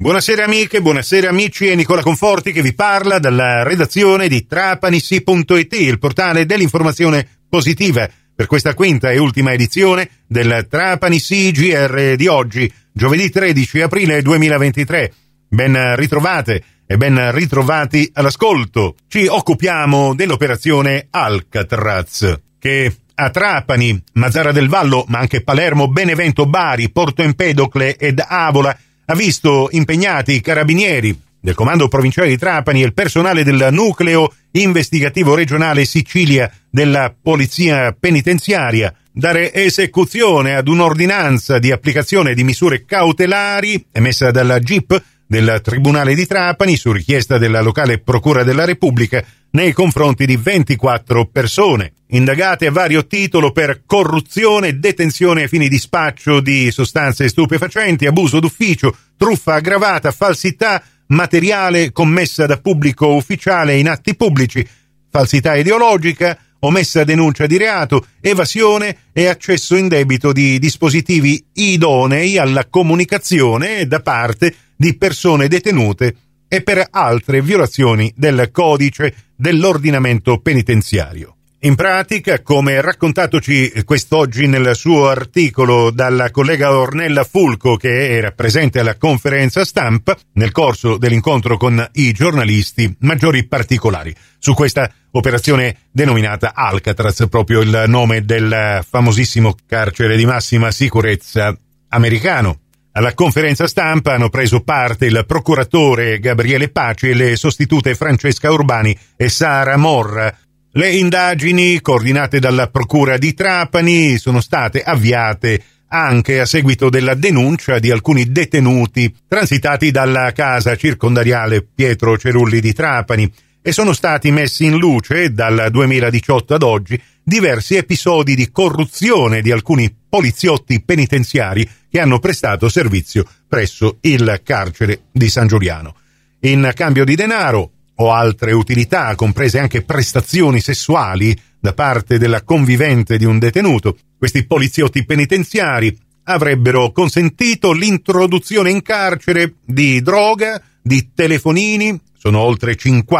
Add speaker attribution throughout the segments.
Speaker 1: Buonasera amiche, buonasera amici, è Nicola Conforti che vi parla dalla redazione di Trapanissi.it, il portale dell'informazione positiva, per questa quinta e ultima edizione del Trapanissi GR di oggi, giovedì 13 aprile 2023. Ben ritrovate e ben ritrovati all'ascolto. Ci occupiamo dell'operazione Alcatraz, che a Trapani, Mazara del Vallo, ma anche Palermo, Benevento, Bari, Porto Empedocle ed Avola ha visto impegnati i carabinieri del Comando Provinciale di Trapani e il personale del Nucleo Investigativo Regionale Sicilia della Polizia Penitenziaria dare esecuzione ad un'ordinanza di applicazione di misure cautelari emessa dalla GIP del Tribunale di Trapani su richiesta della locale Procura della Repubblica nei confronti di 24 persone, indagate a vario titolo per corruzione, detenzione ai fini di spaccio di sostanze stupefacenti, abuso d'ufficio, truffa aggravata, falsità materiale commessa da pubblico ufficiale in atti pubblici, falsità ideologica, omessa denuncia di reato, evasione e accesso indebito di dispositivi idonei alla comunicazione da parte di persone detenute e per altre violazioni del codice dell'ordinamento penitenziario. In pratica, come raccontatoci quest'oggi nel suo articolo dalla collega Ornella Fulco, che era presente alla conferenza stampa, nel corso dell'incontro con i giornalisti, maggiori particolari su questa operazione denominata Alcatraz, proprio il nome del famosissimo carcere di massima sicurezza americano. Alla conferenza stampa hanno preso parte il procuratore Gabriele Paci e le sostitute Francesca Urbani e Sara Morra. Le indagini, coordinate dalla Procura di Trapani, sono state avviate anche a seguito della denuncia di alcuni detenuti transitati dalla casa circondariale Pietro Cerulli di Trapani e sono stati messi in luce dal 2018 ad oggi diversi episodi di corruzione di alcuni poliziotti penitenziari che hanno prestato servizio presso il carcere di San Giuliano. In cambio di denaro o altre utilità, comprese anche prestazioni sessuali da parte della convivente di un detenuto, questi poliziotti penitenziari avrebbero consentito l'introduzione in carcere di droga, di telefonini, sono oltre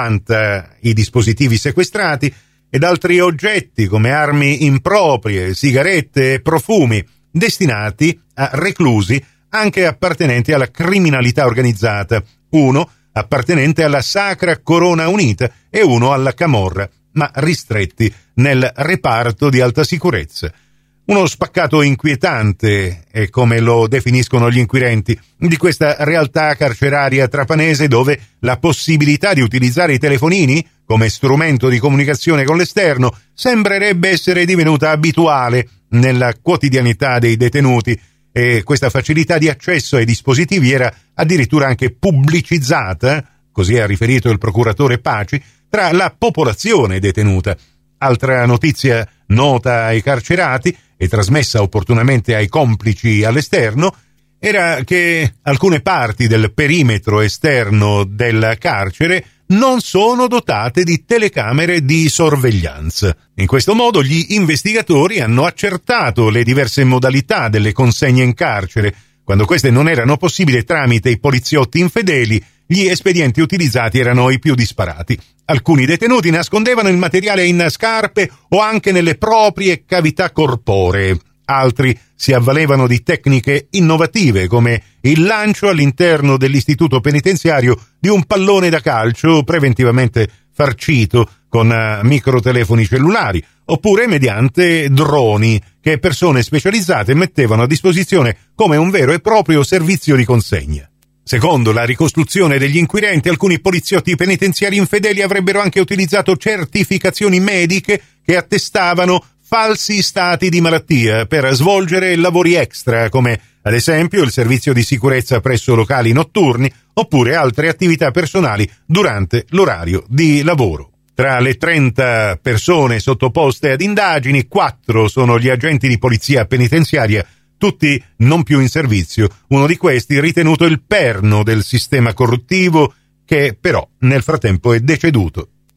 Speaker 1: 50 i dispositivi sequestrati, ed altri oggetti come armi improprie, sigarette e profumi, destinati a reclusi anche appartenenti alla criminalità organizzata, uno appartenente alla Sacra Corona Unita e uno alla Camorra, ma ristretti nel reparto di alta sicurezza. Uno spaccato inquietante, è come lo definiscono gli inquirenti, di questa realtà carceraria trapanese dove la possibilità di utilizzare i telefonini come strumento di comunicazione con l'esterno sembrerebbe essere divenuta abituale nella quotidianità dei detenuti, e questa facilità di accesso ai dispositivi era addirittura anche pubblicizzata, così ha riferito il procuratore Paci, tra la popolazione detenuta. Altra notizia nota ai carcerati e trasmessa opportunamente ai complici all'esterno era che alcune parti del perimetro esterno del carcere non sono dotate di telecamere di sorveglianza. In questo modo gli investigatori hanno accertato le diverse modalità delle consegne in carcere. Quando queste non erano possibili tramite i poliziotti infedeli, gli espedienti utilizzati erano i più disparati. Alcuni detenuti nascondevano il materiale in scarpe o anche nelle proprie cavità corporee. Altri si avvalevano di tecniche innovative come il lancio all'interno dell'istituto penitenziario di un pallone da calcio preventivamente farcito con microtelefoni cellulari, oppure mediante droni che persone specializzate mettevano a disposizione come un vero e proprio servizio di consegna. Secondo la ricostruzione degli inquirenti, alcuni poliziotti penitenziari infedeli avrebbero anche utilizzato certificazioni mediche che attestavano falsi stati di malattia per svolgere lavori extra, come ad esempio il servizio di sicurezza presso locali notturni oppure altre attività personali durante l'orario di lavoro. Tra le 30 persone sottoposte ad indagini, 4 sono gli agenti di polizia penitenziaria, tutti non più in servizio, uno di questi ritenuto il perno del sistema corruttivo che però nel frattempo è deceduto.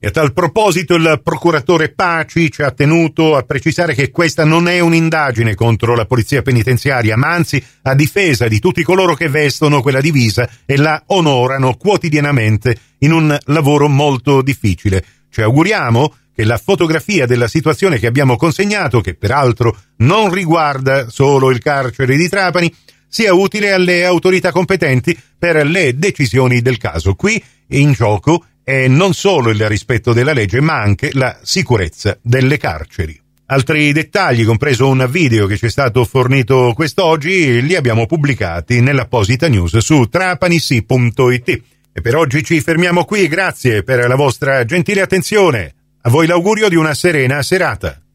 Speaker 1: E a tal proposito il procuratore Paci ci ha tenuto a precisare che questa non è un'indagine contro la polizia penitenziaria, ma anzi a difesa di tutti coloro che vestono quella divisa e la onorano quotidianamente in un lavoro molto difficile. Ci auguriamo che la fotografia della situazione che abbiamo consegnato, che peraltro non riguarda solo il carcere di Trapani, sia utile alle autorità competenti per le decisioni del caso. Qui in gioco è non solo il rispetto della legge, ma anche la sicurezza delle carceri. Altri dettagli, compreso un video che ci è stato fornito quest'oggi, li abbiamo pubblicati nell'apposita news su trapanisi.it. E per oggi ci fermiamo qui, grazie per la vostra gentile attenzione. A voi l'augurio di una serena serata.